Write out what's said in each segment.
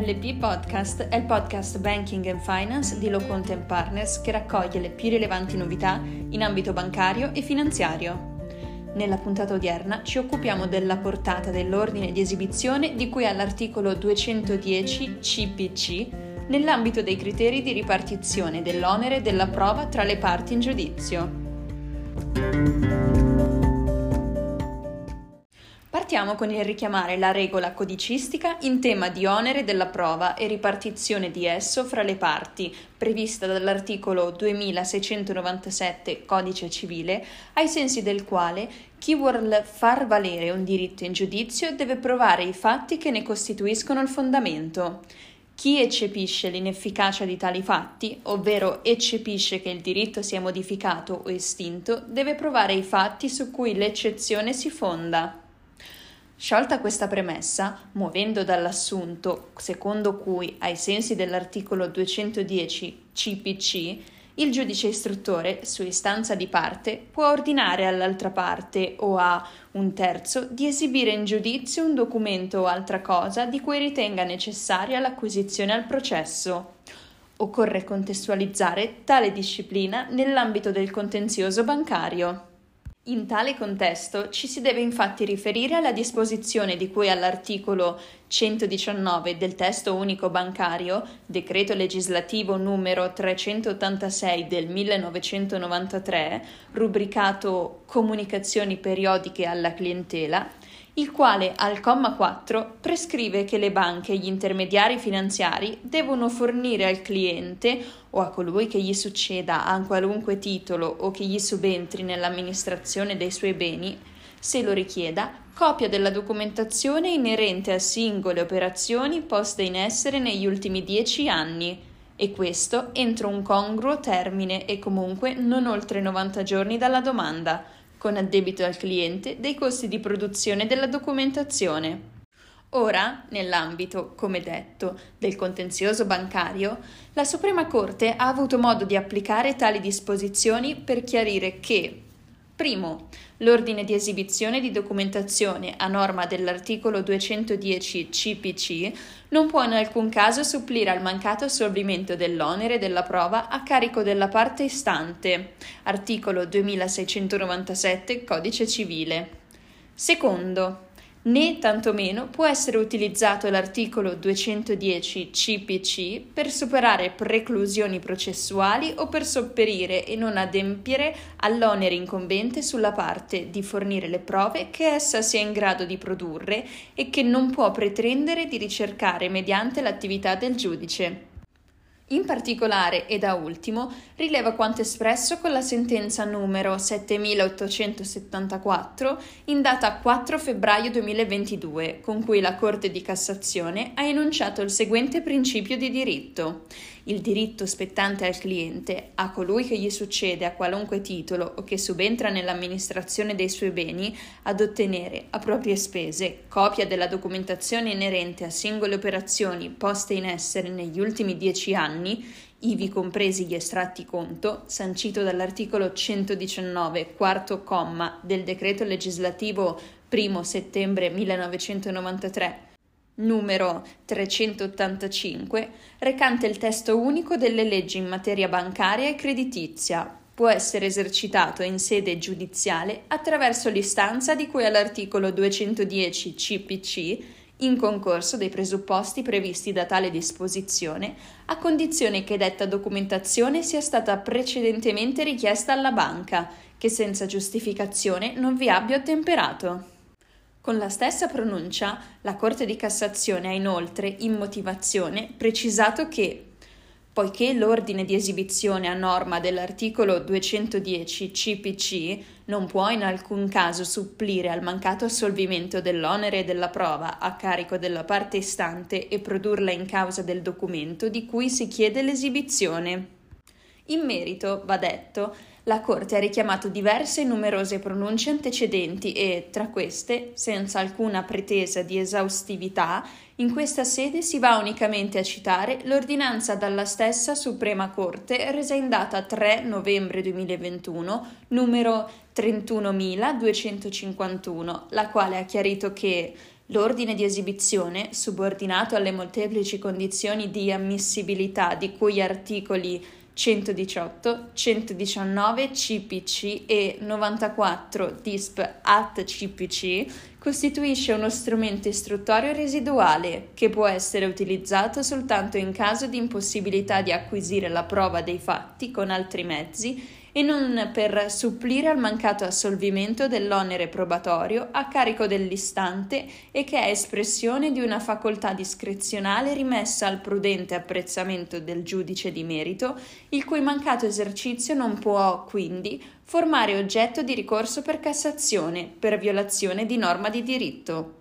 LP Podcast è il podcast Banking and Finance di Loconte Partners che raccoglie le più rilevanti novità in ambito bancario e finanziario. Nella puntata odierna ci occupiamo della portata dell'ordine di esibizione di cui all'articolo 210 CPC nell'ambito dei criteri di ripartizione dell'onere della prova tra le parti in giudizio. Partiamo con il richiamare la regola codicistica in tema di onere della prova e ripartizione di esso fra le parti, prevista dall'articolo 2697 Codice Civile, ai sensi del quale chi vuol far valere un diritto in giudizio deve provare i fatti che ne costituiscono il fondamento. Chi eccepisce l'inefficacia di tali fatti, ovvero eccepisce che il diritto sia modificato o estinto, deve provare i fatti su cui l'eccezione si fonda. Sciolta questa premessa, muovendo dall'assunto secondo cui, ai sensi dell'articolo 210 CPC, il giudice istruttore, su istanza di parte, può ordinare all'altra parte o a un terzo di esibire in giudizio un documento o altra cosa di cui ritenga necessaria l'acquisizione al processo. Occorre contestualizzare tale disciplina nell'ambito del contenzioso bancario. In tale contesto ci si deve infatti riferire alla disposizione di cui all'articolo 119 del Testo Unico Bancario, decreto legislativo numero 386 del 1993, rubricato Comunicazioni periodiche alla clientela, il quale al comma 4 prescrive che le banche e gli intermediari finanziari devono fornire al cliente o a colui che gli succeda a qualunque titolo o che gli subentri nell'amministrazione dei suoi beni, se lo richieda, copia della documentazione inerente a singole operazioni poste in essere negli ultimi 10 anni, e questo entro un congruo termine e comunque non oltre 90 giorni dalla domanda, con addebito al cliente dei costi di produzione della documentazione. Ora, nell'ambito, come detto, del contenzioso bancario, la Suprema Corte ha avuto modo di applicare tali disposizioni per chiarire che: primo, l'ordine di esibizione di documentazione a norma dell'articolo 210 CPC non può in alcun caso supplire al mancato assolvimento dell'onere della prova a carico della parte istante, articolo 2697 Codice Civile. Secondo, né tantomeno può essere utilizzato l'articolo 210 CPC per superare preclusioni processuali o per sopperire e non adempiere all'onere incombente sulla parte di fornire le prove che essa sia in grado di produrre e che non può pretendere di ricercare mediante l'attività del giudice. In particolare, e da ultimo, rileva quanto espresso con la sentenza numero 7874 in data 4 febbraio 2022, con cui la Corte di Cassazione ha enunciato il seguente principio di diritto: il diritto spettante al cliente, a colui che gli succede a qualunque titolo o che subentra nell'amministrazione dei suoi beni, ad ottenere a proprie spese copia della documentazione inerente a singole operazioni poste in essere negli ultimi 10 anni, ivi compresi gli estratti conto, sancito dall'articolo 119, quarto comma del decreto legislativo 1 settembre 1993, numero 385, recante il testo unico delle leggi in materia bancaria e creditizia, può essere esercitato in sede giudiziale attraverso l'istanza di cui all'articolo 210 CPC, in concorso dei presupposti previsti da tale disposizione, a condizione che detta documentazione sia stata precedentemente richiesta alla banca, che senza giustificazione non vi abbia ottemperato. Con la stessa pronuncia, la Corte di Cassazione ha inoltre, in motivazione, precisato che, poiché l'ordine di esibizione a norma dell'articolo 210 CPC non può in alcun caso supplire al mancato assolvimento dell'onere della prova a carico della parte istante e produrla in causa del documento di cui si chiede l'esibizione. In merito, va detto, la Corte ha richiamato diverse e numerose pronunce antecedenti e, tra queste, senza alcuna pretesa di esaustività, in questa sede si va unicamente a citare l'ordinanza dalla stessa Suprema Corte resa in data 3 novembre 2021, numero 31.251, la quale ha chiarito che L'ordine di esibizione, subordinato alle molteplici condizioni di ammissibilità di cui articoli 118, 119 CPC e 94 DISP Att CPC, costituisce uno strumento istruttorio residuale che può essere utilizzato soltanto in caso di impossibilità di acquisire la prova dei fatti con altri mezzi e non per supplire al mancato assolvimento dell'onere probatorio a carico dell'istante e che è espressione di una facoltà discrezionale rimessa al prudente apprezzamento del giudice di merito, il cui mancato esercizio non può, quindi, formare oggetto di ricorso per Cassazione, per violazione di norma di diritto.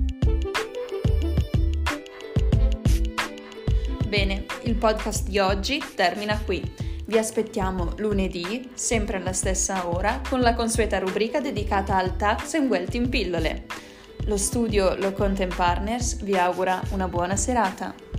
Bene, il podcast di oggi termina qui. Vi aspettiamo lunedì, sempre alla stessa ora, con la consueta rubrica dedicata al tax and wealth in pillole. Lo studio Law Content Partners vi augura una buona serata.